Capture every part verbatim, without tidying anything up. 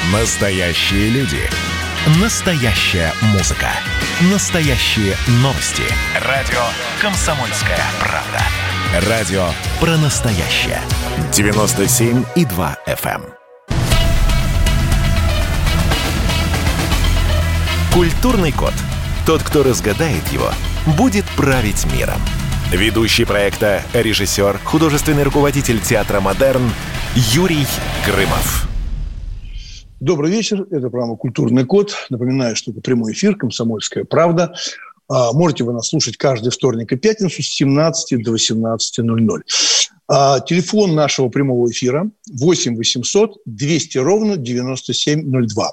Настоящие люди. Настоящая музыка. Настоящие новости. Радио «Комсомольская правда». Радио про настоящее. девяносто семь и два эф эм. Культурный код. Тот, кто разгадает его, будет править миром. Ведущий проекта, режиссер, художественный руководитель театра «Модерн» Юрий Грымов. Добрый вечер. Это программа «Культурный код». Напоминаю, что это прямой эфир «Комсомольская правда». А, можете вы нас слушать каждый вторник и пятницу с семнадцати до восемнадцати ноль ноль. А, телефон нашего прямого эфира восемь восемьсот двести ровно девяносто семь ноль два.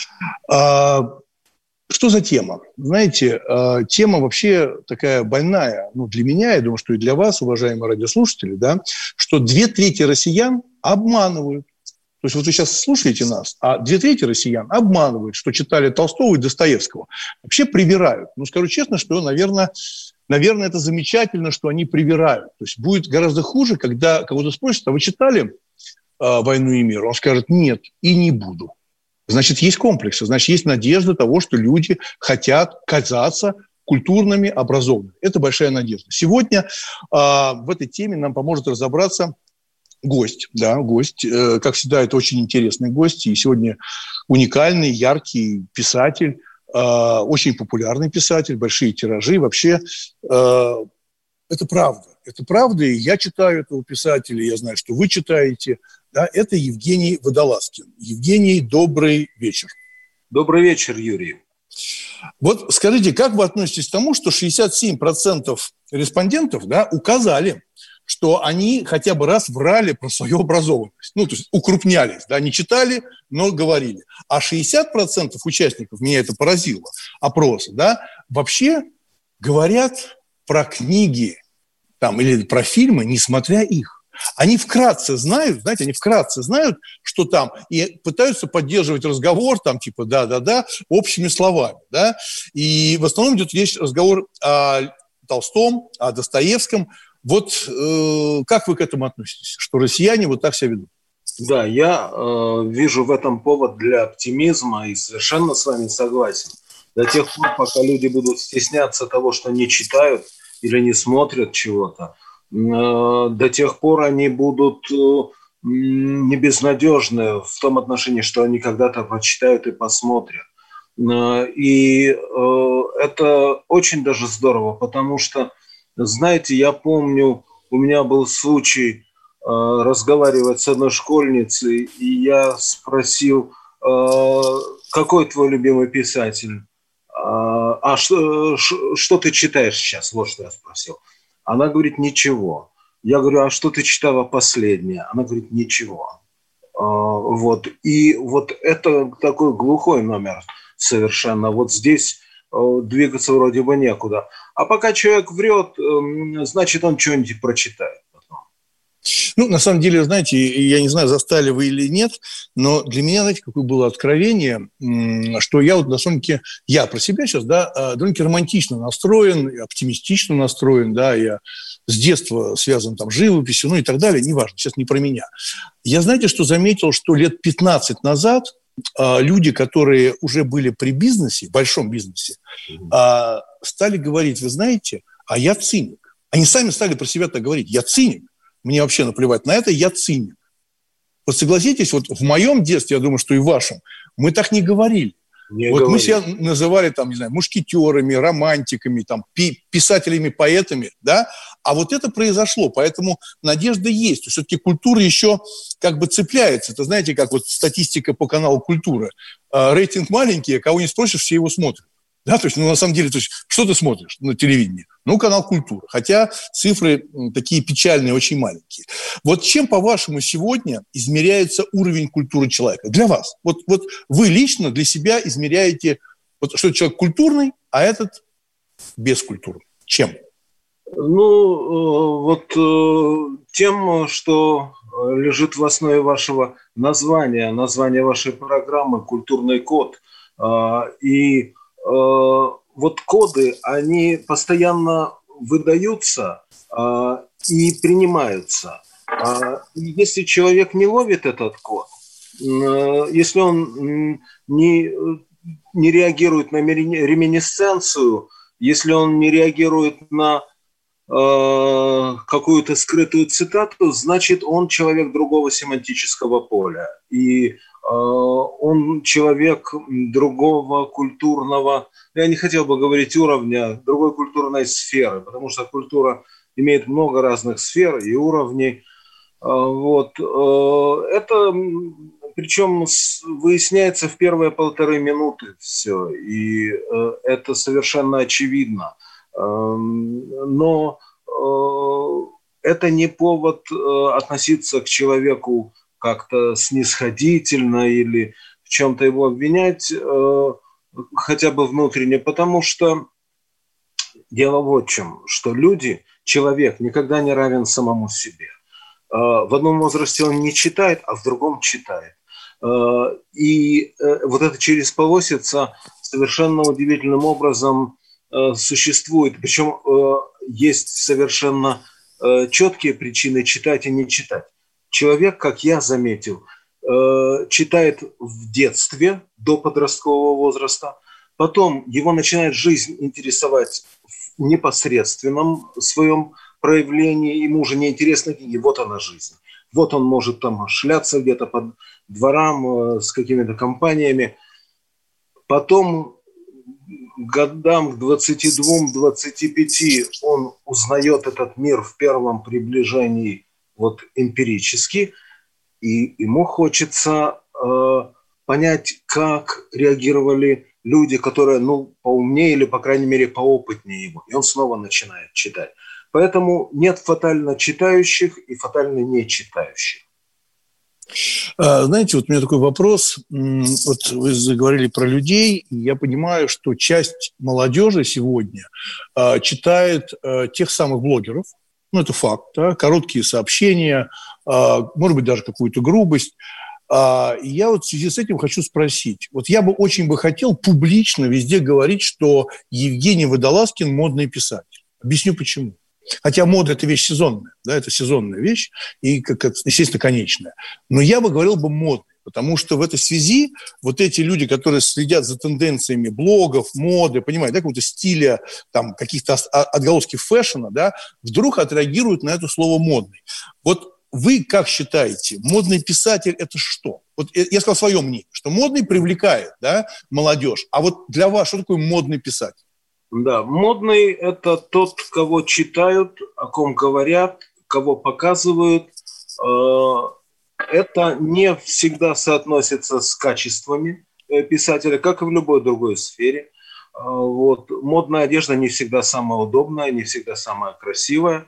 А, что за тема? Знаете, а, тема вообще такая больная. Ну, для меня, я думаю, что и для вас, уважаемые радиослушатели, да, что две трети россиян обманывают. То есть вот вы сейчас слушаете нас, а две трети россиян обманывают, что читали Толстого и Достоевского. Вообще привирают. Ну, скажу честно, что, наверное, наверное, это замечательно, что они привирают. То есть будет гораздо хуже, когда кого-то спросят, а вы читали э, «Войну и мир»? Он скажет, нет, и не буду. Значит, есть комплексы, значит, есть надежда того, что люди хотят казаться культурными, образованными. Это большая надежда. Сегодня э, в этой теме нам поможет разобраться гость, да, гость. Э, как всегда, это очень интересный гость. И сегодня уникальный, яркий писатель, э, очень популярный писатель, большие тиражи. Вообще, э, это правда. Это правда, и я читаю этого писателя, я знаю, что вы читаете. Да, это Евгений Водолазкин. Евгений, добрый вечер. Добрый вечер, Юрий. Вот скажите, как вы относитесь к тому, что шестьдесят семь процентов респондентов, да, указали, что они хотя бы раз врали про свою образованность. Ну, то есть укрупнялись, да, не читали, но говорили. А шестьдесят процентов участников, меня это поразило, опроса, да, вообще говорят про книги там, или про фильмы, несмотря их. Они вкратце знают, знаете, они вкратце знают, что там, и пытаются поддерживать разговор, там, типа, да-да-да, общими словами, да, и в основном идет речь, разговор о Толстом, о Достоевском. Вот э, как вы к этому относитесь, что россияне вот так себя ведут? Да, я э, вижу в этом повод для оптимизма и совершенно с вами согласен. До тех пор, пока люди будут стесняться того, что не читают или не смотрят чего-то, э, до тех пор они будут э, не безнадежны в том отношении, что они когда-то прочитают и посмотрят. Э, и э, это очень даже здорово, потому что, знаете, я помню, у меня был случай э, разговаривать с одной школьницей, и я спросил, э, какой твой любимый писатель? Э, а что, ш, что ты читаешь сейчас? Вот что я спросил. Она говорит, ничего. Я говорю, а что ты читала последнее? Она говорит, ничего. Э, вот. И вот это такой глухой номер совершенно. Вот здесь э, двигаться вроде бы некуда. А пока человек врет, значит, он что-нибудь прочитает потом. Ну, на самом деле, знаете, я не знаю, застали вы или нет, но для меня, знаете, какое было откровение, что я вот на самом деле, я про себя сейчас, да, довольно-таки романтично настроен, оптимистично настроен, да, я с детства связан там с живописью, ну и так далее, неважно, сейчас не про меня. Я, знаете, что заметил, что лет пятнадцать назад люди, которые уже были при бизнесе, большом бизнесе, mm-hmm. стали говорить, вы знаете, а я циник. Они сами стали про себя так говорить, я циник. Мне вообще наплевать на это, я циник. Вот согласитесь, вот в моем детстве, я думаю, что и в вашем, мы так не говорили. Не вот говорили. Мы себя называли, там, не знаю, мушкетерами, романтиками, там, пи- писателями, поэтами, да, а вот это произошло, поэтому надежда есть. Все-таки культура еще как бы цепляется. Это знаете, как вот статистика по каналу «Культура». Э, рейтинг маленький, а кого не спросишь, все его смотрят. Да, то есть, ну, на самом деле, то есть, что ты смотришь на телевидении? Ну, канал «Культура». Хотя цифры такие печальные, очень маленькие. Вот чем, по-вашему, сегодня измеряется уровень культуры человека? Для вас. Вот, вот вы лично для себя измеряете, вот, что человек культурный, а этот бескультурный. Чем? Ну, вот тем, что лежит в основе вашего названия, названия вашей программы «Культурный код». И вот коды, они постоянно выдаются и принимаются. И если человек не ловит этот код, если он не, не реагирует на реминисценцию, если он не реагирует на э, какую-то скрытую цитату, значит, он человек другого семантического поля. И э, он человек другого культурного, я не хотел бы говорить уровня, другой культурной сферы, потому что культура имеет много разных сфер и уровней. Вот. Это, причем, выясняется в первые полторы минуты все, и это совершенно очевидно. Но это не повод относиться к человеку как-то снисходительно или в чем-то его обвинять, хотя бы внутренне, потому что дело вот в чем, что люди, человек никогда не равен самому себе. В одном возрасте он не читает, а в другом читает. И вот эта чересполосица совершенно удивительным образом существует. Причем есть совершенно четкие причины читать и не читать. Человек, как я заметил, читает в детстве, до подросткового возраста, потом его начинает жизнь интересовать в непосредственном своем проявлении, ему уже неинтересны книги, вот она жизнь. Вот он может там шляться где-то по дворам с какими-то компаниями. Потом годам к двадцати двум - двадцати пяти он узнает этот мир в первом приближении вот эмпирически, и ему хочется э, понять, как реагировали люди, которые, ну, поумнее или, по крайней мере, поопытнее его. И он снова начинает читать. Поэтому нет фатально читающих и фатально не читающих. Знаете, вот у меня такой вопрос. Вот вы заговорили про людей, и я понимаю, что часть молодежи сегодня читает тех самых блогеров. Ну, это факт, да? Короткие сообщения, может быть, даже какую-то грубость. И я вот в связи с этим хочу спросить. Вот я бы очень бы хотел публично везде говорить, что Евгений Водолазкин – модный писатель. Объясню, почему. Хотя мода – это вещь сезонная, да, это сезонная вещь и, как, естественно, конечная. Но я бы говорил бы модный, потому что в этой связи вот эти люди, которые следят за тенденциями блогов, моды, понимаете, да, какого-то стиля, там, каких-то отголосков фэшена, да, вдруг отреагируют на это слово «модный». Вот вы как считаете, модный писатель – это что? Вот я сказал свое мнение, что модный привлекает, да, молодежь. А вот для вас что такое модный писатель? Да, модный – это тот, кого читают, о ком говорят, кого показывают. Это не всегда соотносится с качествами писателя, как и в любой другой сфере. Вот. Модная одежда не всегда самая удобная, не всегда самая красивая.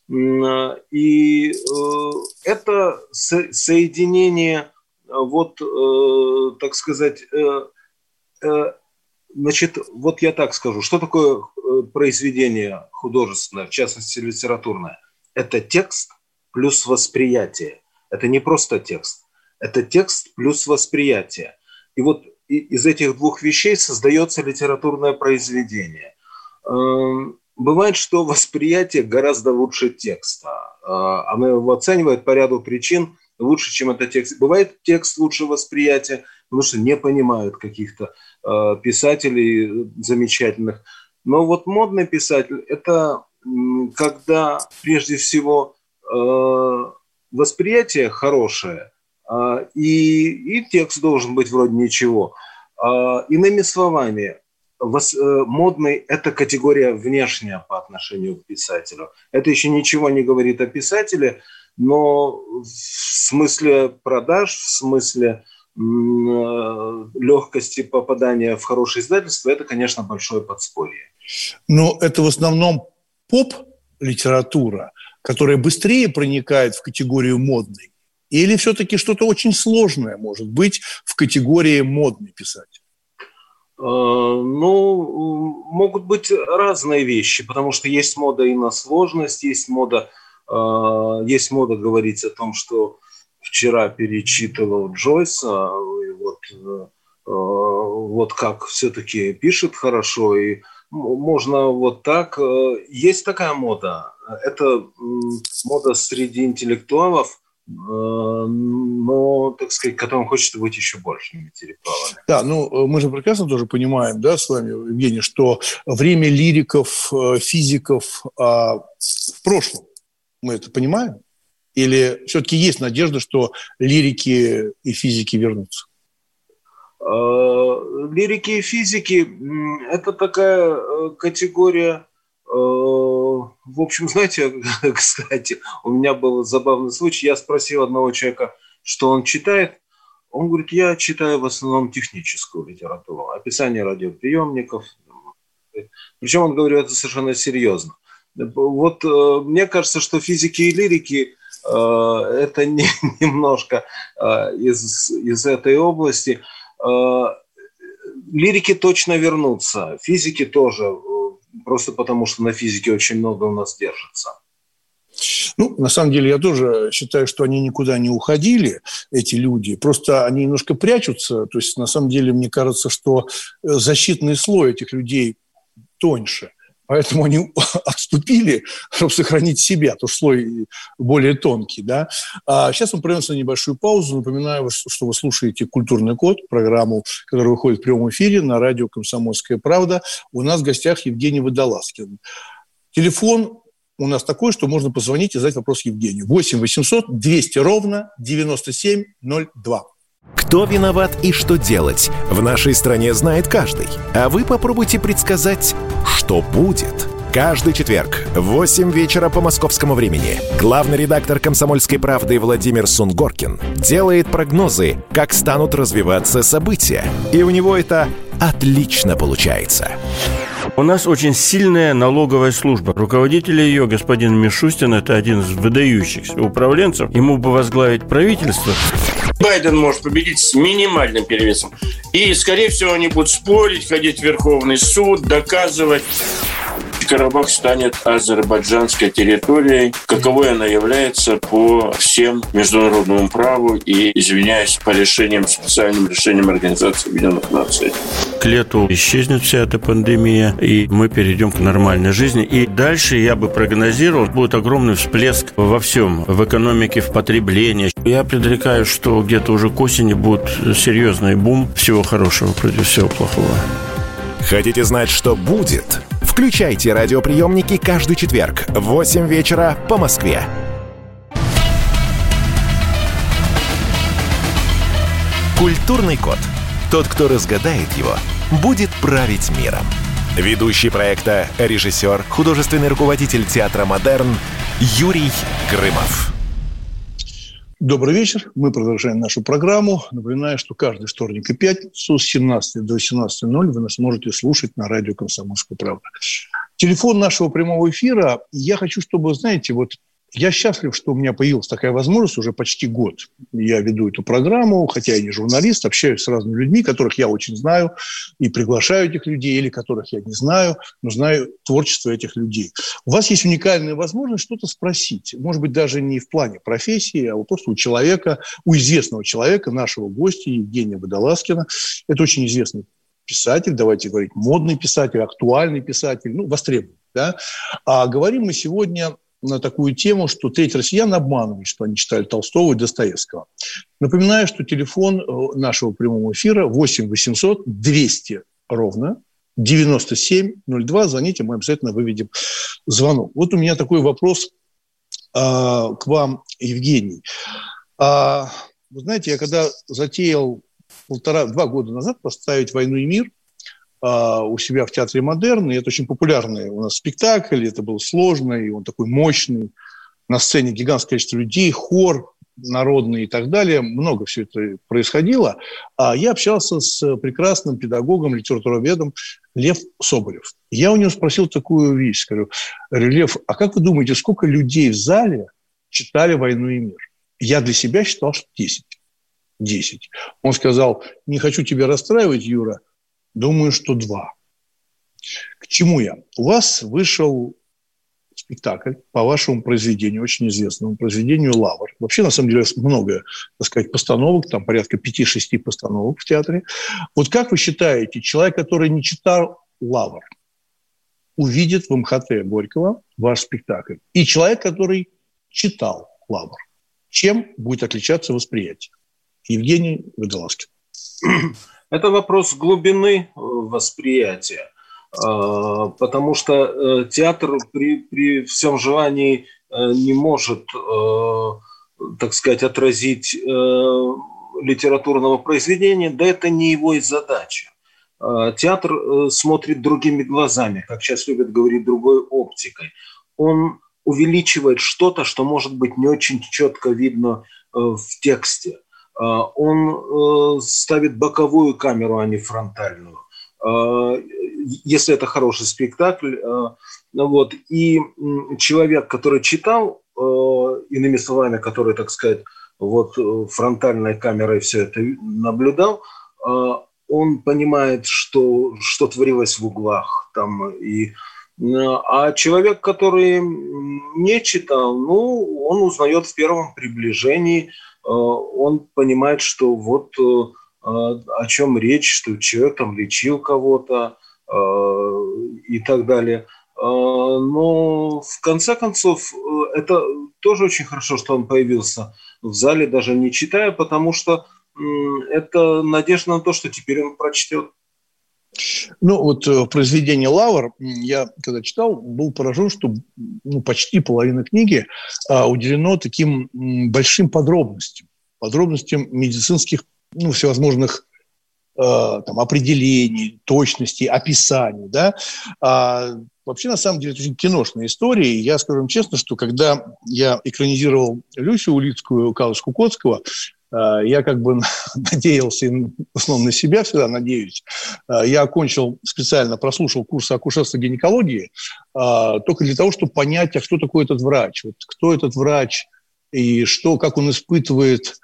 И это соединение, вот, так сказать, значит, вот я так скажу, что такое произведение художественное, в частности литературное? Это текст плюс восприятие. Это не просто текст, это текст плюс восприятие. И вот из этих двух вещей создается литературное произведение. Бывает, что восприятие гораздо лучше текста. Оно его оценивает по ряду причин лучше, чем это текст. Бывает текст лучше восприятия, потому что не понимают каких-то э, писателей замечательных. Но вот модный писатель – это когда прежде всего э, восприятие хорошее, э, и, и текст должен быть вроде ничего. Э, иными словами, вос, э, модный – это категория внешняя по отношению к писателю. Это еще ничего не говорит о писателе, но в смысле продаж, в смысле м- легкости попадания в хорошее издательство, это, конечно, большое подспорье. Но это в основном поп-литература, которая быстрее проникает в категорию модной? Или все-таки что-то очень сложное может быть в категории модный писатель? Ну, могут быть разные вещи, потому что есть мода и на сложность, есть мода... Есть мода говорить о том, что вчера перечитывал Джойса, и вот, вот как все-таки пишет хорошо, и можно вот так. Есть такая мода. Это мода среди интеллектуалов, но, так сказать, которым хочется быть еще большими интеллектуалами. Да, ну, мы же прекрасно тоже понимаем, да, с вами, Евгений, что время лириков, физиков а, в прошлом. Мы это понимаем? Или все-таки есть надежда, что лирики и физики вернутся? Лирики и физики – это такая категория. В общем, знаете, кстати, у меня был забавный случай. Я спросил одного человека, что он читает. Он говорит, я читаю в основном техническую литературу, описание радиоприемников. Причем он говорит это совершенно серьезно. Вот мне кажется, что физики и лирики – это не, немножко из, из этой области. Лирики точно вернутся, физики тоже. Просто потому, что на физике очень много у нас держится. Ну, на самом деле, я тоже считаю, что они никуда не уходили, эти люди. Просто они немножко прячутся. То есть, на самом деле, мне кажется, что защитный слой этих людей тоньше. Поэтому они отступили, чтобы сохранить себя, то слой более тонкий. Да? А сейчас мы прервемся на небольшую паузу. Напоминаю, что вы слушаете «Культурный код», программу, которая выходит в прямом эфире на радио «Комсомольская правда». У нас в гостях Евгений Водолазкин. Телефон у нас такой, что можно позвонить и задать вопрос Евгению. восемь восемьсот двести ровно девяносто семь ноль два. Кто виноват и что делать, в нашей стране знает каждый. А вы попробуйте предсказать, что будет. Каждый четверг в восемь вечера по московскому времени главный редактор «Комсомольской правды» Владимир Сунгоркин делает прогнозы, как станут развиваться события. И у него это отлично получается. У нас очень сильная налоговая служба. Руководитель ее, господин Мишустин, это один из выдающихся управленцев. Ему бы возглавить правительство. Байден может победить с минимальным перевесом. И, скорее всего, они будут спорить, ходить в Верховный суд, доказывать. Карабах станет азербайджанской территорией, каковой она является по всем международному праву и, извиняюсь, по решениям, специальным решениям Организации Объединенных Наций. К лету исчезнет вся эта пандемия, и мы перейдем к нормальной жизни. И дальше, я бы прогнозировал, будет огромный всплеск во всем, в экономике, в потреблении. Я предрекаю, что где-то уже к осени будет серьезный бум всего хорошего против всего плохого. Хотите знать, что будет? Включайте радиоприемники каждый четверг в восемь вечера по Москве. Культурный код. Тот, кто разгадает его, будет править миром. Ведущий проекта, режиссер, художественный руководитель театра «Модерн» Юрий Грымов. Добрый вечер. Мы продолжаем нашу программу. Напоминаю, что каждый вторник и пятницу с семнадцати до восемнадцати ноль вы нас можете слушать на радио «Комсомольская правда». Телефон нашего прямого эфира. Я хочу, чтобы, знаете, вот я счастлив, что у меня появилась такая возможность уже почти год. Я веду эту программу, хотя я не журналист, общаюсь с разными людьми, которых я очень знаю, и приглашаю этих людей, или которых я не знаю, но знаю творчество этих людей. У вас есть уникальная возможность что-то спросить. Может быть, даже не в плане профессии, а просто у человека, у известного человека, нашего гостя Евгения Водолазкина. Это очень известный писатель, давайте говорить, модный писатель, актуальный писатель, ну, востребованный. Да? А говорим мы сегодня на такую тему, что треть россиян обманывают, что они читали Толстого и Достоевского. Напоминаю, что телефон нашего прямого эфира восемь восемьсот двести ровно девяносто семь ноль два. Звоните, мы обязательно выведем звонок. Вот у меня такой вопрос а, к вам, Евгений. А, вы знаете, я когда затеял полтора, два года назад поставить «Войну и мир» у себя в театре «Модерн», и это очень популярный у нас спектакль, это было сложно, и он такой мощный, на сцене гигантское количество людей, хор народный и так далее, много все это происходило. А я общался с прекрасным педагогом, литературоведом Лев Соболев. Я у него спросил такую вещь, скажу, Лев, а как вы думаете, сколько людей в зале читали «Войну и мир»? Я для себя считал, что десять. десять. Он сказал, не хочу тебя расстраивать, Юра, думаю, что два. К чему я? У вас вышел спектакль по вашему произведению, очень известному произведению «Лавр». Вообще, на самом деле, много, так сказать, постановок, там порядка пяти-шести постановок в театре. Вот как вы считаете, человек, который не читал «Лавр», увидит в МХТ Горького ваш спектакль? И человек, который читал «Лавр», Чем будет отличаться восприятие? Евгений Водолазкин. Это вопрос глубины восприятия, потому что театр при, при всем желании не может, так сказать, отразить литературного произведения, да это не его и задача. Театр смотрит другими глазами, как сейчас любят говорить, другой оптикой. Он увеличивает что-то, что может быть не очень четко видно в тексте. Он ставит боковую камеру, а не фронтальную. Если это хороший спектакль. Вот. И человек, который читал, иными словами, который, так сказать, вот фронтальной камерой все это наблюдал, он понимает, что, что творилось в углах. Там, и, а человек, который не читал, ну, он узнает в первом приближении, он понимает, что вот о чем речь, что человек там лечил кого-то и так далее. Но в конце концов, это тоже очень хорошо, что он появился в зале, даже не читая, потому что это надежда на то, что теперь он прочтет. Ну, вот в произведении «Лавр» я, когда читал, был поражен, что ну, почти половина книги а, уделено таким м, большим подробностям. Подробностям медицинских, ну, всевозможных а, там, определений, точностей, описаний. Да? А, вообще, на самом деле, это очень киношная история. И я скажу вам честно, что когда я экранизировал Люсю Улицкую, Калыш Кукоцкого, я как бы надеялся, в основном на себя всегда надеюсь. Я окончил, специально прослушал курсы акушерства и гинекологии только для того, чтобы понять, а кто такой этот врач, вот кто этот врач и что, как он испытывает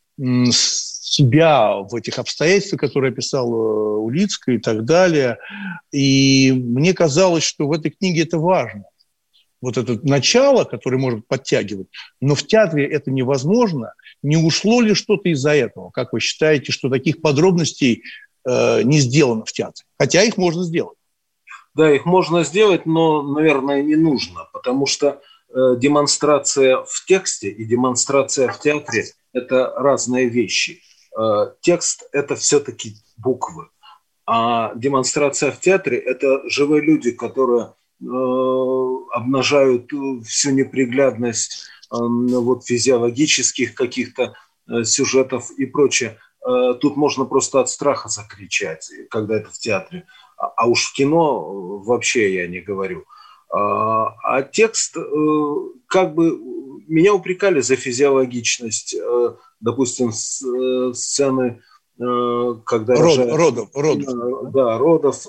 себя в этих обстоятельствах, которые описала Улицкая и так далее. И мне казалось, что в этой книге это важно. Вот это начало, которое может подтягивать, но в театре это невозможно. Не ушло ли что-то из-за этого? Как вы считаете, что таких подробностей э, не сделано в театре? Хотя их можно сделать. Да, их можно сделать, но, наверное, не нужно, потому что э, демонстрация в тексте и демонстрация в театре – это разные вещи. Э, текст – это все-таки буквы, а демонстрация в театре – это живые люди, которые обнажают всю неприглядность вот, физиологических каких-то сюжетов и прочее. Тут можно просто от страха закричать, когда это в театре. А уж в кино вообще я не говорю. А текст, как бы, меня упрекали за физиологичность, допустим, сцены, когда... Род, рожают, родов, родов. Да, родов.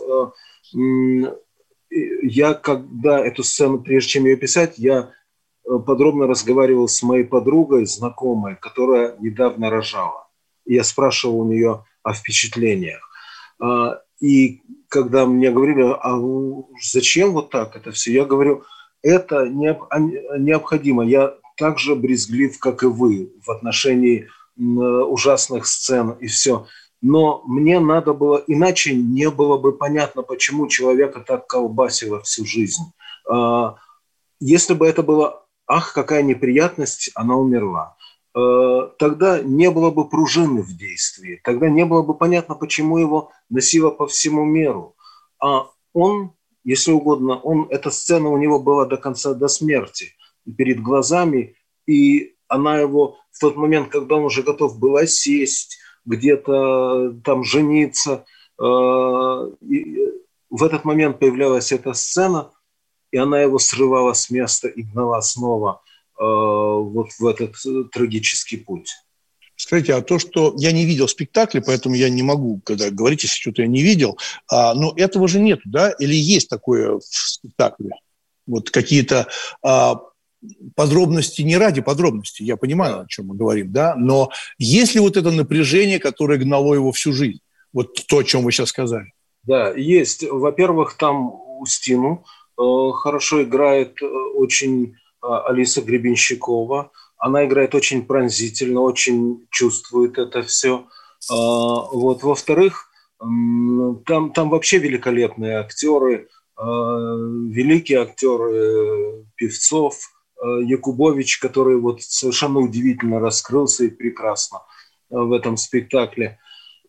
Я, когда эту сцену, прежде чем ее писать, я подробно разговаривал с моей подругой, знакомой, которая недавно рожала. Я спрашивал у нее о впечатлениях. И когда мне говорили, а зачем вот так это все, я говорю, это необходимо. Я так же брезглив, как и вы, в отношении ужасных сцен и все. Но мне надо было, иначе не было бы понятно, почему человека так колбасило всю жизнь. Если бы это было, ах, какая неприятность, она умерла, тогда не было бы пружины в действии, тогда не было бы понятно, почему его носило по всему миру. А он, если угодно, он, эта сцена у него была до конца, до смерти, перед глазами, и она его в тот момент, когда он уже готов был осесть, где-то там жениться. И в этот момент появлялась эта сцена, и она его срывала с места и гнала снова вот в этот трагический путь. Скажите, а то, что я не видел спектакля, поэтому я не могу, когда говорите, если что-то я не видел, а, но этого же нет, да? Или есть такое в спектакле? Вот какие-то... А, подробности не ради подробностей, я понимаю, о чем мы говорим, да, но есть ли вот это напряжение, которое гнало его всю жизнь? Вот то, о чем вы сейчас сказали. Да, есть. Во-первых, там Устину э, хорошо играет э, очень э, Алиса Гребенщикова. Она играет очень пронзительно, очень чувствует это все. Э, вот. Во-вторых, э, там, там вообще великолепные актеры, э, великие актеры Певцов, Якубович, который вот совершенно удивительно раскрылся и прекрасно в этом спектакле.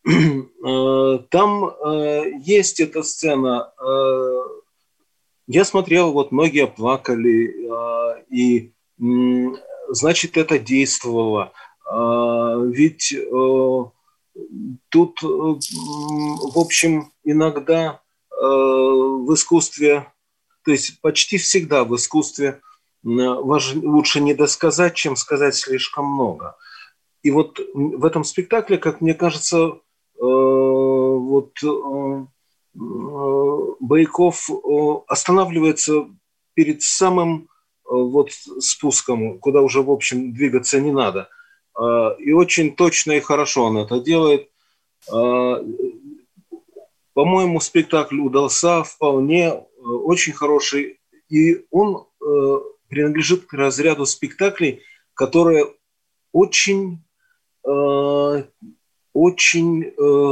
Там есть эта сцена. Я смотрел, вот многие плакали, и, значит, это действовало. Ведь тут, в общем, иногда в искусстве, то есть почти всегда в искусстве лучше не досказать, чем сказать слишком много. И вот в этом спектакле, как мне кажется, вот Бояков останавливается перед самым вот спуском, куда уже, в общем, двигаться не надо. И очень точно и хорошо он это делает. По-моему, спектакль удался вполне, очень хороший. И он принадлежит к разряду спектаклей, которые очень, очень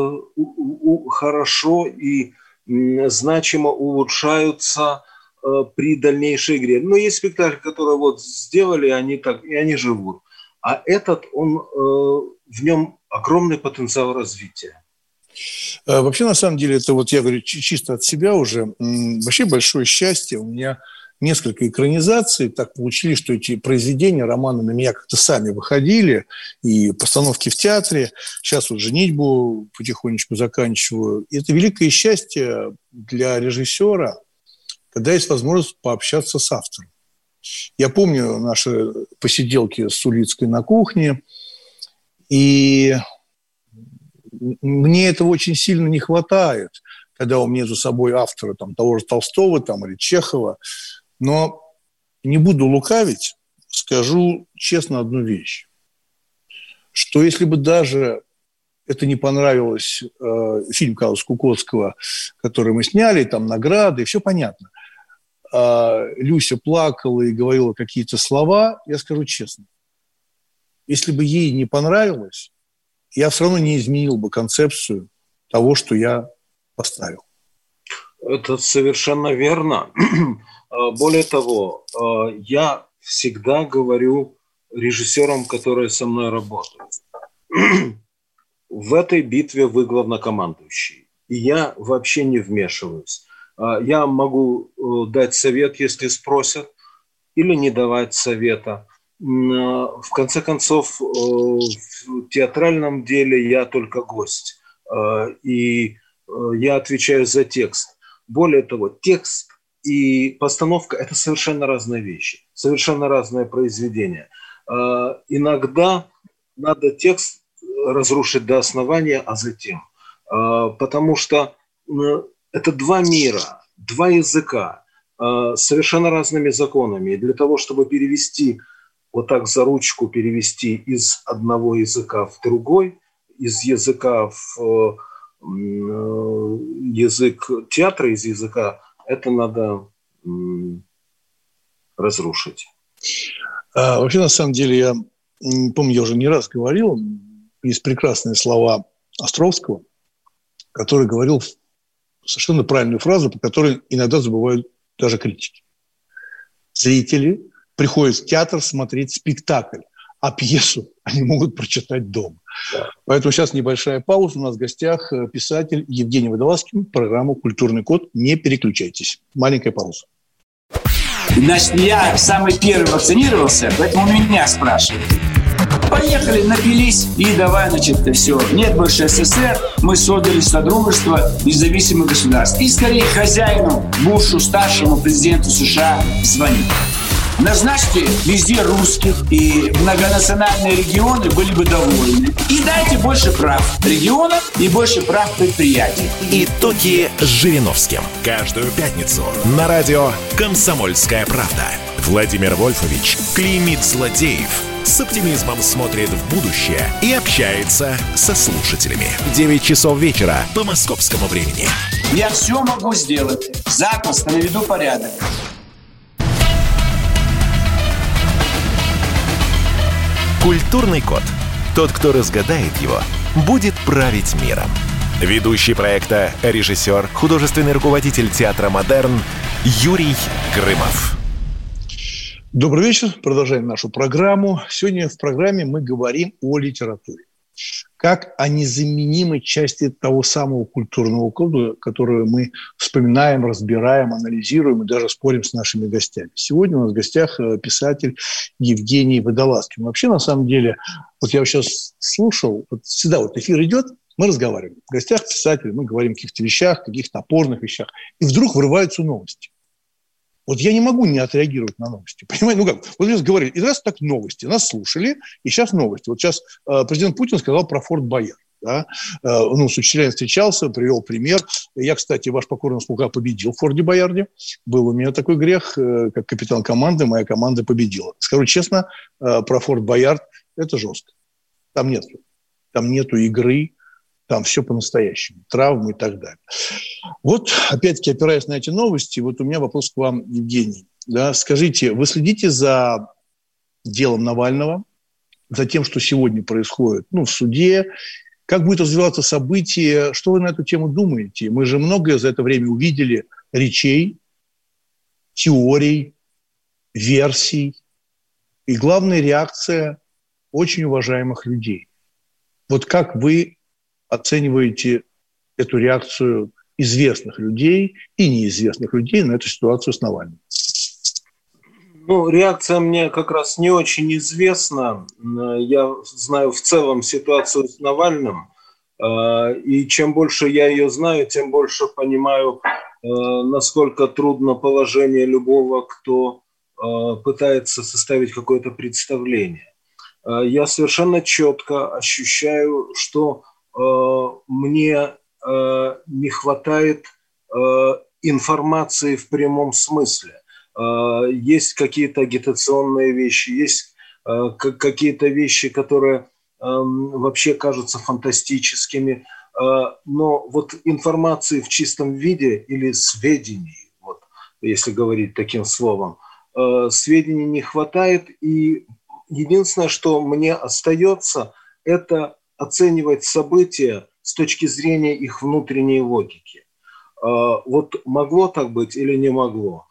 хорошо и значимо улучшаются при дальнейшей игре. Но есть спектакли, которые вот сделали, они так, и они живут. А этот, он, в нем огромный потенциал развития. Вообще, на самом деле, это вот я говорю чисто от себя уже. Вообще большое счастье. У меня несколько экранизаций так получились, что эти произведения, романы на меня как-то сами выходили. И постановки в театре. Сейчас вот «Женитьбу» потихонечку заканчиваю. И это великое счастье для режиссера, когда есть возможность пообщаться с автором. Я помню наши посиделки с Улицкой на кухне, и мне этого очень сильно не хватает, когда у меня за собой автора там, того же Толстого там, или Чехова. Но не буду лукавить, скажу честно одну вещь, что если бы даже это не понравилось, э, фильм Карла Скукоцкого, который мы сняли, там награды, все понятно, Люся плакала и говорила какие-то слова, я скажу честно, если бы ей не понравилось, я все равно не изменил бы концепцию того, что я поставил. Это совершенно верно. Более того, я всегда говорю режиссерам, которые со мной работают, в этой битве вы главнокомандующий, и я вообще не вмешиваюсь. Я могу дать совет, если спросят, или не давать совета. В конце концов, в театральном деле я только гость, и я отвечаю за текст. Более того, текст и постановка – это совершенно разные вещи, совершенно разное произведение. Иногда надо текст разрушить до основания, а затем. Потому что это два мира, два языка с совершенно разными законами. И для того, чтобы перевести, вот так за ручку перевести из одного языка в другой, из языка в язык театра, из языка, это надо разрушить. А, вообще, на самом деле, я помню, я уже не раз говорил, есть прекрасные слова Островского, который говорил совершенно правильную фразу, по которой иногда забывают даже критики. Зрители приходят в театр смотреть спектакль, а пьесу они могут прочитать дома. Да. Поэтому сейчас небольшая пауза. У нас в гостях писатель Евгений Водолазкин. Программа «Культурный код». Не переключайтесь. Маленькая пауза. Значит, я самый первый вакцинировался, поэтому меня спрашивают. Поехали, напились и давай, значит, все. Нет больше СССР, мы создали Содружество независимых государств. И скорее хозяину, Бушу, старшему президенту США звонить. Назначьте везде русских, и многонациональные регионы были бы довольны. И дайте больше прав регионам и больше прав предприятий. Итоги с Жириновским. Каждую пятницу на радио «Комсомольская правда». Владимир Вольфович клеймит злодеев, с оптимизмом смотрит в будущее и общается со слушателями. девять часов вечера по московскому времени. Я все могу сделать. Запросто наведу порядок. Культурный код. Тот, кто разгадает его, будет править миром. Ведущий проекта, режиссер, художественный руководитель театра «Модерн» Юрий Грымов. Добрый вечер. Продолжаем нашу программу. Сегодня в программе мы говорим о литературе. Как о незаменимой части того самого культурного кода, которую мы вспоминаем, разбираем, анализируем и даже спорим с нашими гостями. Сегодня у нас в гостях писатель Евгений Водолазкин. Вообще, на самом деле, вот я сейчас слушал, вот всегда вот эфир идет, мы разговариваем. В гостях писатель, мы говорим о каких-то вещах, каких-то опорных вещах. И вдруг вырываются новости. Вот я не могу не отреагировать на новости. Понимаете, ну как? Вот сейчас говорили, и раз так новости. Нас слушали, и сейчас новости. Вот сейчас э, президент Путин сказал про Форт Боярд. Да? Э, ну, с учителями встречался, привел пример. Я, кстати, ваш покорный слуга победил в Форте Боярде. Был у меня такой грех, э, как капитан команды, моя команда победила. Скажу честно, э, про Форт Боярд это жестко. Там нет, там нету игры. Там все по-настоящему, травмы и так далее. Вот, опять-таки, опираясь на эти новости, вот у меня вопрос к вам, Евгений. Да, скажите, вы следите за делом Навального, за тем, что сегодня происходит, ну, в суде? Как будет развиваться событие? Что вы на эту тему думаете? Мы же многое за это время увидели речей, теорий, версий. И главная реакция очень уважаемых людей. Вот как вы оцениваете эту реакцию известных людей и неизвестных людей на эту ситуацию с Навальным? Ну, реакция мне как раз не очень известна. Я знаю в целом ситуацию с Навальным. И чем больше я ее знаю, тем больше понимаю, насколько трудно положение любого, кто пытается составить какое-то представление. Я совершенно четко ощущаю, что мне не хватает информации в прямом смысле. Есть какие-то агитационные вещи, есть какие-то вещи, которые вообще кажутся фантастическими, но вот информации в чистом виде или сведений, вот, если говорить таким словом, сведений не хватает, и единственное, что мне остается, это оценивать события с точки зрения их внутренней логики. Вот могло так быть или не могло?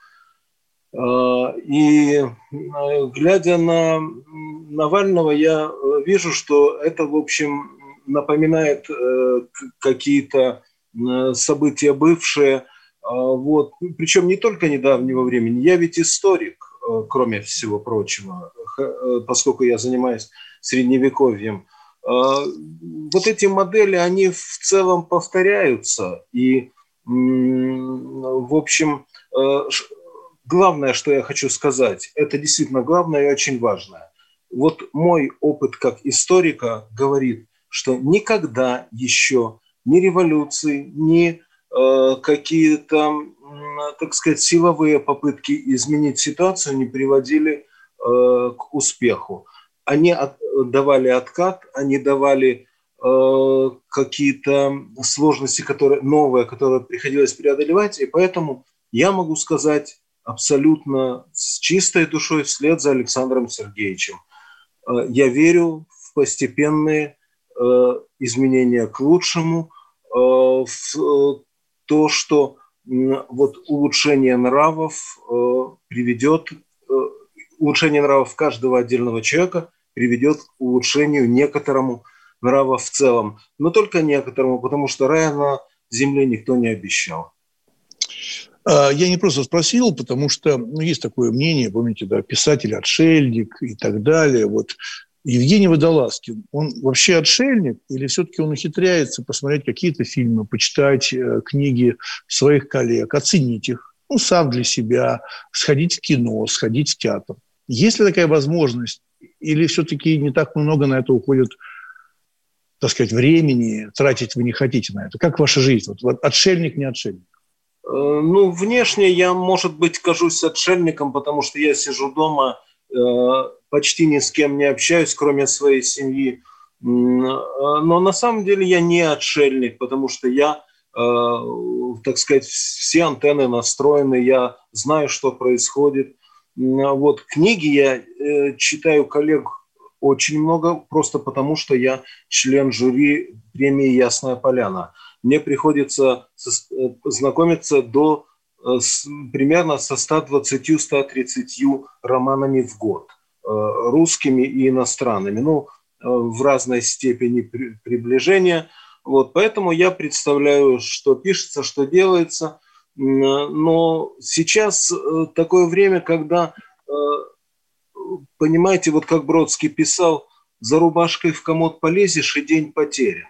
И глядя на Навального, я вижу, что это, в общем, напоминает какие-то события бывшие, вот. Причем не только недавнего времени. Я ведь историк, кроме всего прочего, поскольку я занимаюсь средневековьем. Вот эти модели, они в целом повторяются. И, в общем, главное, что я хочу сказать, это действительно главное и очень важное. Вот мой опыт как историка говорит, что никогда еще ни революции, ни э, какие-то, так сказать, силовые попытки изменить ситуацию не приводили э, к успеху. Они от, давали откат, они давали э, какие-то сложности, которые, новые, которые приходилось преодолевать, и поэтому я могу сказать абсолютно с чистой душой вслед за Александром Сергеевичем. Э, я верю в постепенные э, изменения к лучшему, э, в э, то, что э, вот улучшение нравов э, приведет, э, улучшение нравов каждого отдельного человека приведет к улучшению некоторому нрава в целом. Но только некоторому, потому что рая на земле никто не обещал. Я не просто спросил, потому что ну, есть такое мнение, помните, да, писатель-отшельник и так далее. Вот Евгений Водолазкин, он вообще отшельник или все-таки он ухитряется посмотреть какие-то фильмы, почитать э, книги своих коллег, оценить их, ну, сам для себя, сходить в кино, сходить в театр? Есть ли такая возможность? Или все-таки не так много на это уходит, так сказать, времени, тратить вы не хотите на это? Как ваша жизнь? Вот, отшельник, не отшельник? Ну, внешне я, может быть, кажусь отшельником, потому что я сижу дома, почти ни с кем не общаюсь, кроме своей семьи. Но на самом деле я не отшельник, потому что я, так сказать, все антенны настроены, я знаю, что происходит. Вот книги я читаю коллег очень много, просто потому что я член жюри премии «Ясная поляна». Мне приходится знакомиться до с, примерно со ста двадцатью - ста тридцатью романами в год, русскими и иностранными, ну, в разной степени при, приближения. Вот, поэтому я представляю, что пишется, что делается. Но сейчас такое время, когда, понимаете, вот как Бродский писал, за рубашкой в комод полезешь, и день потерян.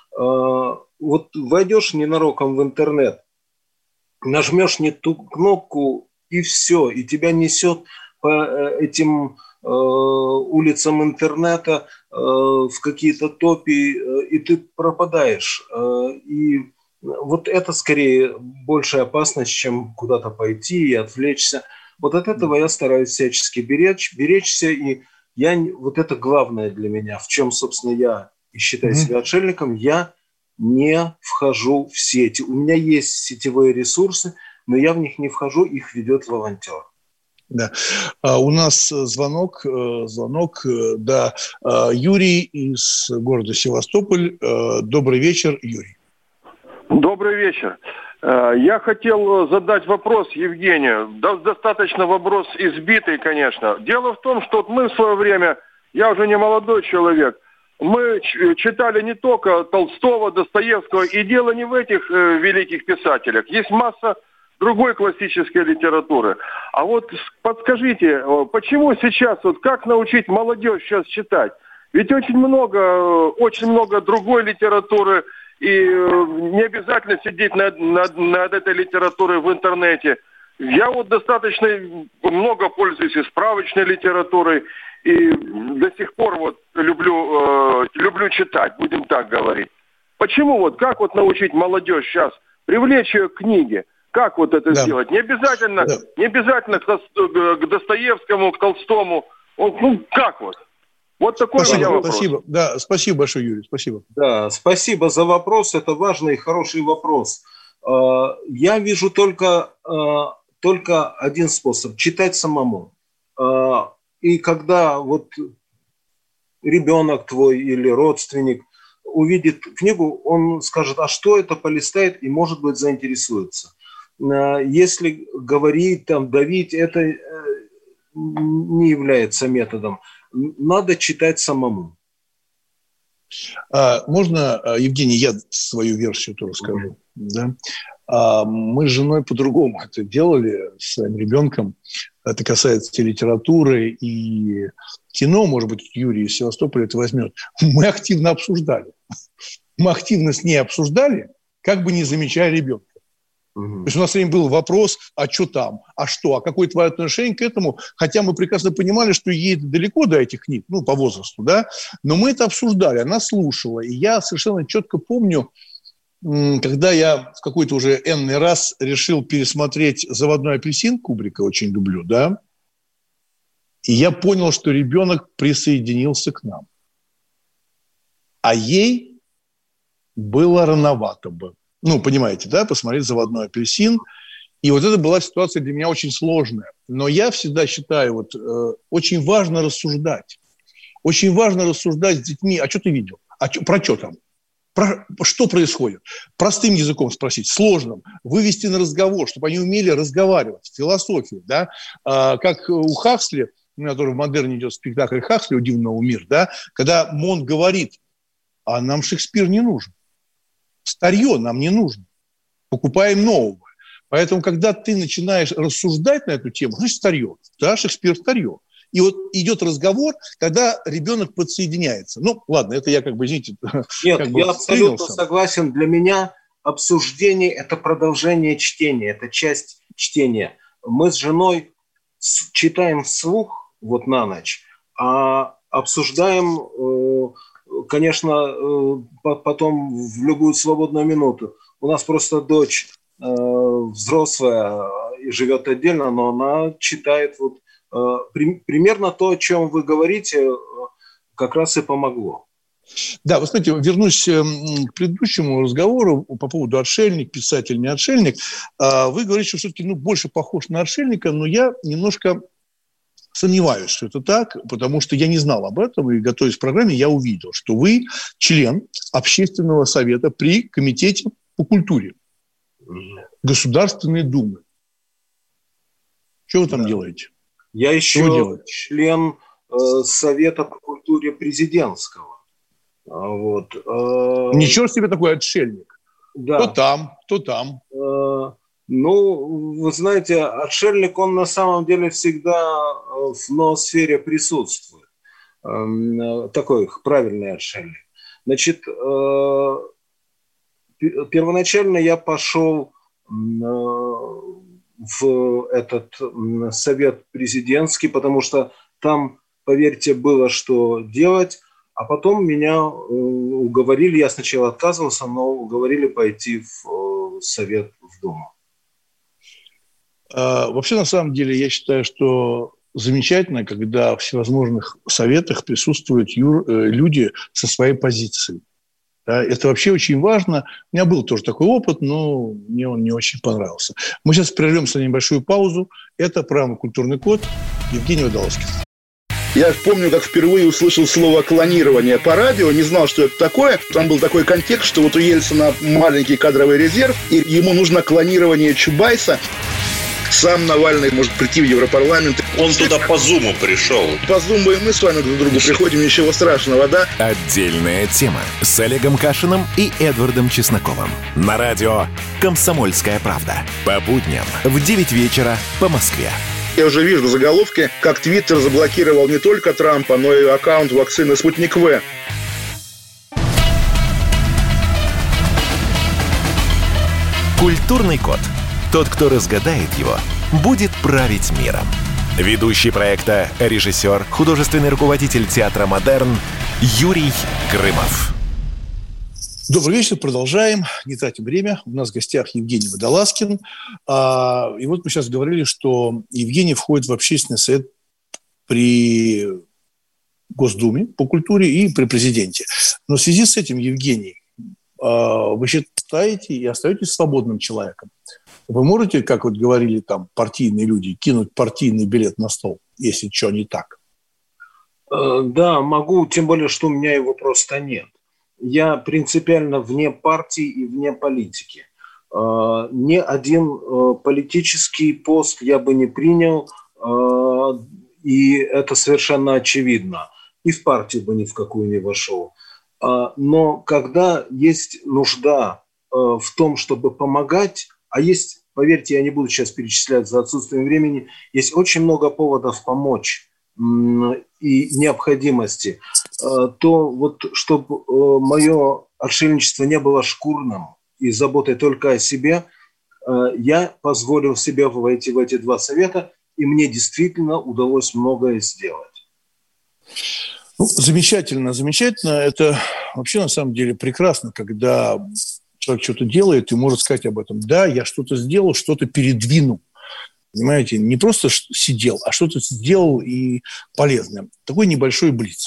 Вот войдешь ненароком в интернет, нажмешь не ту кнопку, и все, и тебя несет по этим э, улицам интернета э, в какие-то топи, э, и ты пропадаешь. Э, и вот это скорее большая опасность, чем куда-то пойти и отвлечься. Вот от этого я стараюсь всячески беречь, беречься, и я, вот это главное для меня, в чем, собственно, я и считаю себя отшельником, я не вхожу в сети. У меня есть сетевые ресурсы, но я в них не вхожу, их ведет волонтер. Да. А у нас звонок, звонок, да, Юрий из города Севастополь. Добрый вечер, Юрий. Добрый вечер. Я хотел задать вопрос Евгению. Достаточно вопрос избитый, конечно. Дело в том, что мы в свое время, я уже не молодой человек, мы читали не только Толстого, Достоевского, и дело не в этих э, великих писателях. Есть масса другой классической литературы. А вот подскажите, почему сейчас, вот как научить молодежь сейчас читать? Ведь очень много, очень много другой литературы, и не обязательно сидеть над, над, над этой литературой в интернете. Я вот достаточно много пользуюсь и справочной литературой, и до сих пор вот люблю, э, люблю читать, будем так говорить. Почему вот, как вот научить молодежь сейчас, привлечь ее к книге? Как вот это да. сделать? Не обязательно, да. не обязательно к, к Достоевскому, к Толстому. Ну, как вот? Вот такой спасибо, у меня вопрос. Спасибо. Да, спасибо большое, Юрий, спасибо. Да, спасибо за вопрос, это важный и хороший вопрос. Я вижу только, только один способ – читать самому. И когда вот ребенок твой или родственник увидит книгу, он скажет, а что это, полистает и, может быть, заинтересуется. Если говорить, там, давить, это не является методом. Надо читать самому. А, можно, Евгений, я свою версию тоже скажу. Mm-hmm. Да? А, мы с женой по-другому это делали с своим ребенком. Это касается и литературы, и кино, может быть, Юрий из Севастополя это возьмет. Мы активно обсуждали. Мы активно с ней обсуждали, как бы не замечая ребенка. Uh-huh. То есть у нас время был вопрос, а что там, а что, а какое твое отношение к этому, хотя мы прекрасно понимали, что ей далеко до этих книг, ну, по возрасту, да, но мы это обсуждали, она слушала, и я совершенно четко помню, когда я в какой-то уже энный раз решил пересмотреть «Заводной апельсин» Кубрика, очень люблю, да, и я понял, что ребенок присоединился к нам, а ей было рановато бы. Ну, понимаете, да, посмотреть «Заводной апельсин». И вот это была ситуация для меня очень сложная. Но я всегда считаю, вот, э, очень важно рассуждать. Очень важно рассуждать с детьми. А что ты видел? А чё, про что там? Про, что происходит? Простым языком спросить, сложным. Вывести на разговор, чтобы они умели разговаривать. Философию, да. А, как у Хаксли, у меня тоже в модерне идет спектакль Хаксли «У дивного мира», да, когда Мон говорит, а нам Шекспир не нужен. Старье нам не нужно. Покупаем нового. Поэтому, когда ты начинаешь рассуждать на эту тему, значит, старье. Да, Шекспир старье. И вот идет разговор, когда ребенок подсоединяется. Ну, ладно, это я как бы, извините... Нет, как я бы абсолютно склонился. согласен. Для меня обсуждение – это продолжение чтения, это часть чтения. Мы с женой читаем вслух вот на ночь, а обсуждаем... Конечно, потом в любую свободную минуту. У нас просто дочь э, взрослая и живет отдельно, но она читает вот, э, при, примерно то, о чем вы говорите, как раз и помогло. Да, вы знаете, вернусь к предыдущему разговору по поводу отшельник, писатель, не отшельник. Вы говорите, что все-таки ну, больше похож на отшельника, но я немножко... сомневаюсь, что это так, потому что я не знал об этом, и, готовясь к программе, я увидел, что вы член общественного совета при Комитете по культуре Государственной Думы. Что вы там да. делаете? Я еще член э, Совета по культуре президентского. Вот. Э, Ничего себе такой отшельник. Да. То там, то там. Э, ну, вы знаете, отшельник, он на самом деле всегда в ноосфере присутствует. Э, такой правильный отшельник. Значит, э, первоначально я пошел в этот совет президентский, потому что там, поверьте, было что делать, а потом меня уговорили, я сначала отказывался, но уговорили пойти в совет в Думу. А, вообще, на самом деле, я считаю, что замечательно, когда в всевозможных советах присутствуют ю- люди со своей позицией. Да, это вообще очень важно. У меня был тоже такой опыт, но мне он не очень понравился. Мы сейчас прервемся на небольшую паузу. Это программа «Культурный код». Евгений Водолазкин. Я помню, как впервые услышал слово «клонирование» по радио, не знал, что это такое. Там был такой контекст, что вот у Ельцина маленький кадровый резерв, и ему нужно клонирование Чубайса. Сам Навальный может прийти в Европарламент. Он туда по Зуму пришел. По Зуму и мы с вами друг к другу приходим, ничего страшного, да? Отдельная тема с Олегом Кашиным и Эдвардом Чесноковым. На радио «Комсомольская правда». По будням в девять вечера по Москве. Я уже вижу заголовки, как Твиттер заблокировал не только Трампа, но и аккаунт вакцины «Спутник В». Культурный код. Тот, кто разгадает его, будет править миром. Ведущий проекта, режиссер, художественный руководитель театра «Модерн» Юрий Грымов. Добрый вечер, продолжаем, не тратим время. У нас в гостях Евгений Водолазкин. А, и вот мы сейчас говорили, что Евгений входит в общественный совет при Госдуме по культуре и при президенте. Но в связи с этим, Евгений, а, вы считаете и остаетесь свободным человеком? Вы можете, как вот говорили там партийные люди, кинуть партийный билет на стол, если что не так? Да, могу, тем более, что у меня его просто нет. Я принципиально вне партии и вне политики. Ни один политический пост я бы не принял, и это совершенно очевидно. И в партию бы ни в какую не вошел. Но когда есть нужда в том, чтобы помогать, а есть, поверьте, я не буду сейчас перечислять за отсутствием времени, есть очень много поводов помочь и необходимости, то вот чтобы мое отшельничество не было шкурным и заботой только о себе, я позволил себе войти в эти два совета, и мне действительно удалось многое сделать. Ну, замечательно, замечательно. Это вообще на самом деле прекрасно, когда человек что-то делает и может сказать об этом. Да, я что-то сделал, что-то передвинул. Понимаете, не просто сидел, а что-то сделал и полезное. Такой небольшой блиц.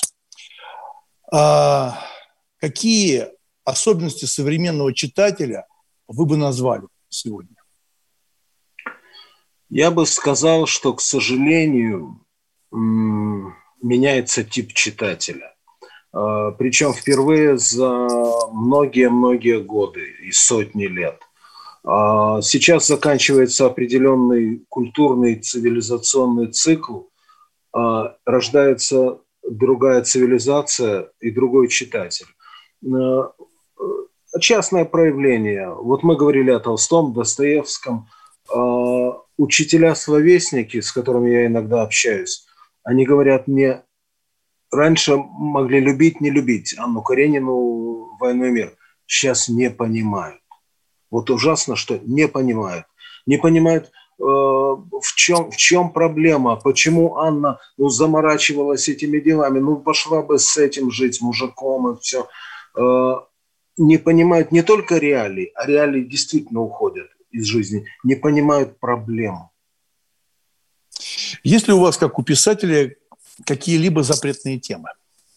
А какие особенности современного читателя вы бы назвали сегодня? Я бы сказал, что, к сожалению, меняется тип читателя. Причем впервые за многие-многие годы и сотни лет. Сейчас заканчивается определенный культурный цивилизационный цикл, рождается другая цивилизация и другой читатель. Частное проявление. Вот мы говорили о Толстом, Достоевском. Учителя-словесники, с которыми я иногда общаюсь, они говорят мне, раньше могли любить, не любить Анну Каренину, «Войну и мир». Сейчас не понимают. Вот ужасно, что не понимают. Не понимают, э, в, чем, в чем проблема, почему Анна ну, заморачивалась этими делами, ну пошла бы с этим жить, мужиком и все. Э, не понимают не только реалий, а реалии действительно уходят из жизни, не понимают проблему. Есть ли у вас, как у писателя, какие-либо запретные темы?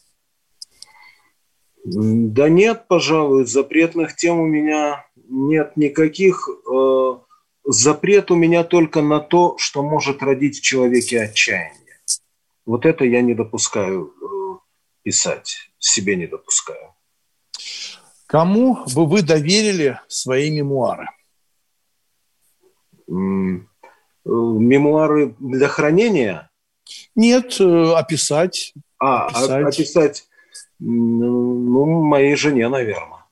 Да нет, пожалуй, запретных тем у меня нет никаких. Запрет у меня только на то, что может родить в человеке отчаяние. Вот это я не допускаю писать, себе не допускаю. Кому бы вы доверили свои мемуары? Мемуары для хранения? Нет, описать. А, описать, описать ну, моей жене, наверное.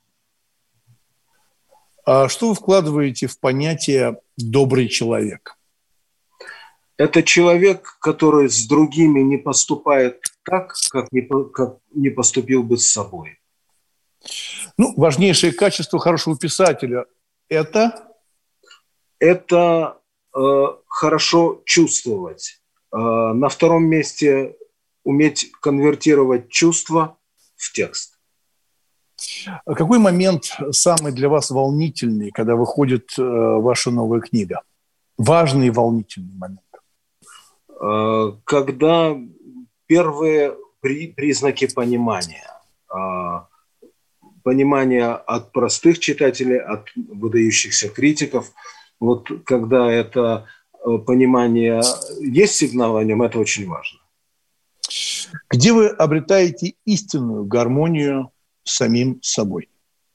А что вы вкладываете в понятие «добрый человек»? Это человек, который с другими не поступает так, как не, как не поступил бы с собой. Ну, важнейшее качество хорошего писателя – это? Это э, хорошо чувствовать. Э, на втором месте уметь конвертировать чувства в текст. А какой момент самый для вас волнительный, когда выходит э, ваша новая книга? Важный и волнительный момент. Э, когда первые при, признаки понимания. Э, понимания от простых читателей, от выдающихся критиков. Вот когда это понимание есть сигнал о нем, это очень важно. Где вы обретаете истинную гармонию с самим собой?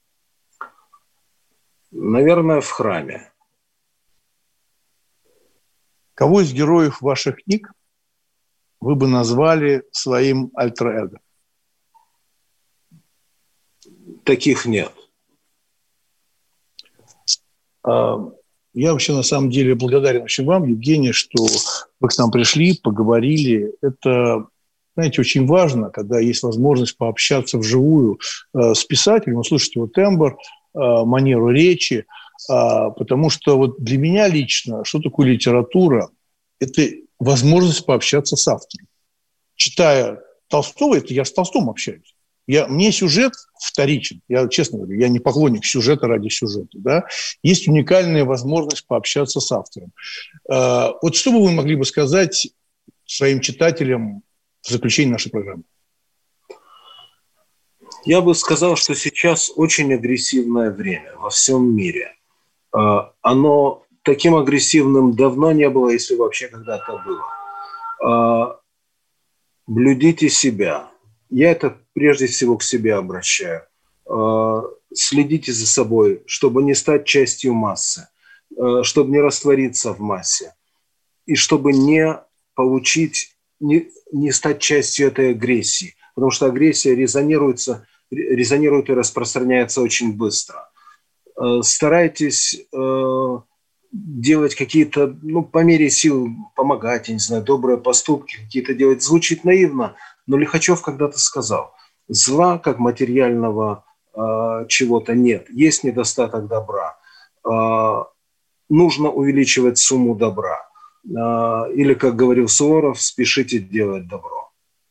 Наверное, в храме. Кого из героев ваших книг вы бы назвали своим альтер-эго? Таких нет. Я вообще на самом деле благодарен очень вам, Евгений, что вы к нам пришли, поговорили. Это, знаете, очень важно, когда есть возможность пообщаться вживую с писателем, услышать его тембр, манеру речи, потому что вот для меня лично, что такое литература? Это возможность пообщаться с автором. Читая Толстого, это я с Толстым общаюсь. Я, мне сюжет вторичен. Я честно говорю, я не поклонник сюжета ради сюжета. Да? Есть уникальная возможность пообщаться с автором. Э, вот что бы вы могли бы сказать своим читателям в заключении нашей программы? Я бы сказал, что сейчас очень агрессивное время во всем мире. Э, оно таким агрессивным давно не было, если вообще когда-то было. Э, блюдите себя. Я это прежде всего к себе обращаю. Следите за собой, чтобы не стать частью массы, чтобы не раствориться в массе, и чтобы не получить, не, не стать частью этой агрессии. Потому что агрессия резонируется, резонирует и распространяется очень быстро. Старайтесь делать какие-то, ну, по мере сил помогать, я не знаю, добрые поступки какие-то делать. Звучит наивно, но Лихачев когда-то сказал, зла как материального э, чего-то нет, есть недостаток добра. Э, нужно увеличивать сумму добра. Э, или, как говорил Суворов, спешите делать добро.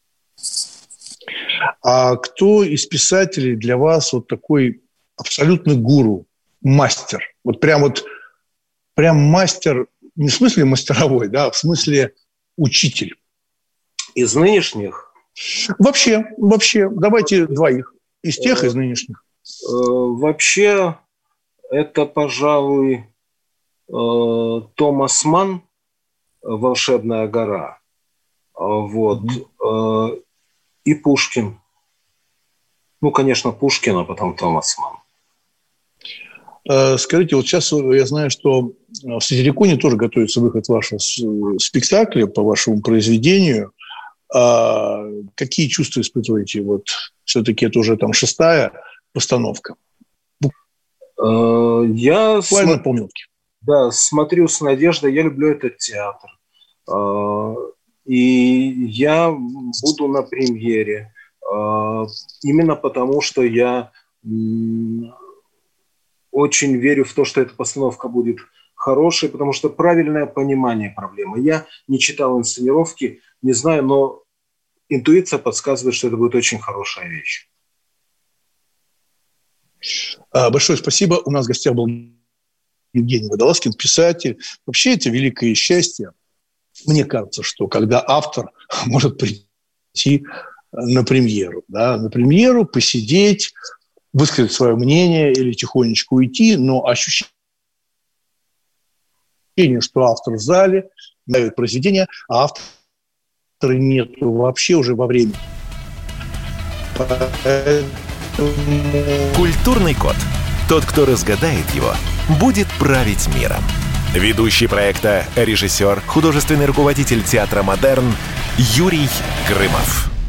А кто из писателей для вас вот такой абсолютный гуру, мастер? Вот прям вот прям мастер, не в смысле мастеровой, да, а в смысле учитель. Из нынешних? Вообще, вообще. Давайте двоих. Из тех, из нынешних. Вообще, это, пожалуй, Томас Манн, «Волшебная гора». Вот. Mm-hmm. И Пушкин. Ну, конечно, Пушкин, а потом Томас Манн. Скажите, вот сейчас я знаю, что в Сатириконе тоже готовится выход вашего спектакля по вашему произведению. А какие чувства испытываете? Вот все-таки это уже там шестая постановка. Я буквально см... полминутки. Да, смотрю с надеждой. Я люблю этот театр. И я буду на премьере. Именно потому, что я очень верю в то, что эта постановка будет хорошей, потому что правильное понимание проблемы. Я не читал инсценировки, не знаю, но интуиция подсказывает, что это будет очень хорошая вещь. Большое спасибо. У нас в гостях был Евгений Водолазкин, писатель. Вообще это великое счастье. Мне кажется, что когда автор может прийти на премьеру, да, на премьеру, посидеть, высказать свое мнение или тихонечко уйти, но ощущение, что автор в зале, дает произведение, а автора нет вообще уже во время. Поэтому... Культурный код. Тот, кто разгадает его, будет править миром. Ведущий проекта, режиссер, художественный руководитель театра «Модерн» Юрий Грымов.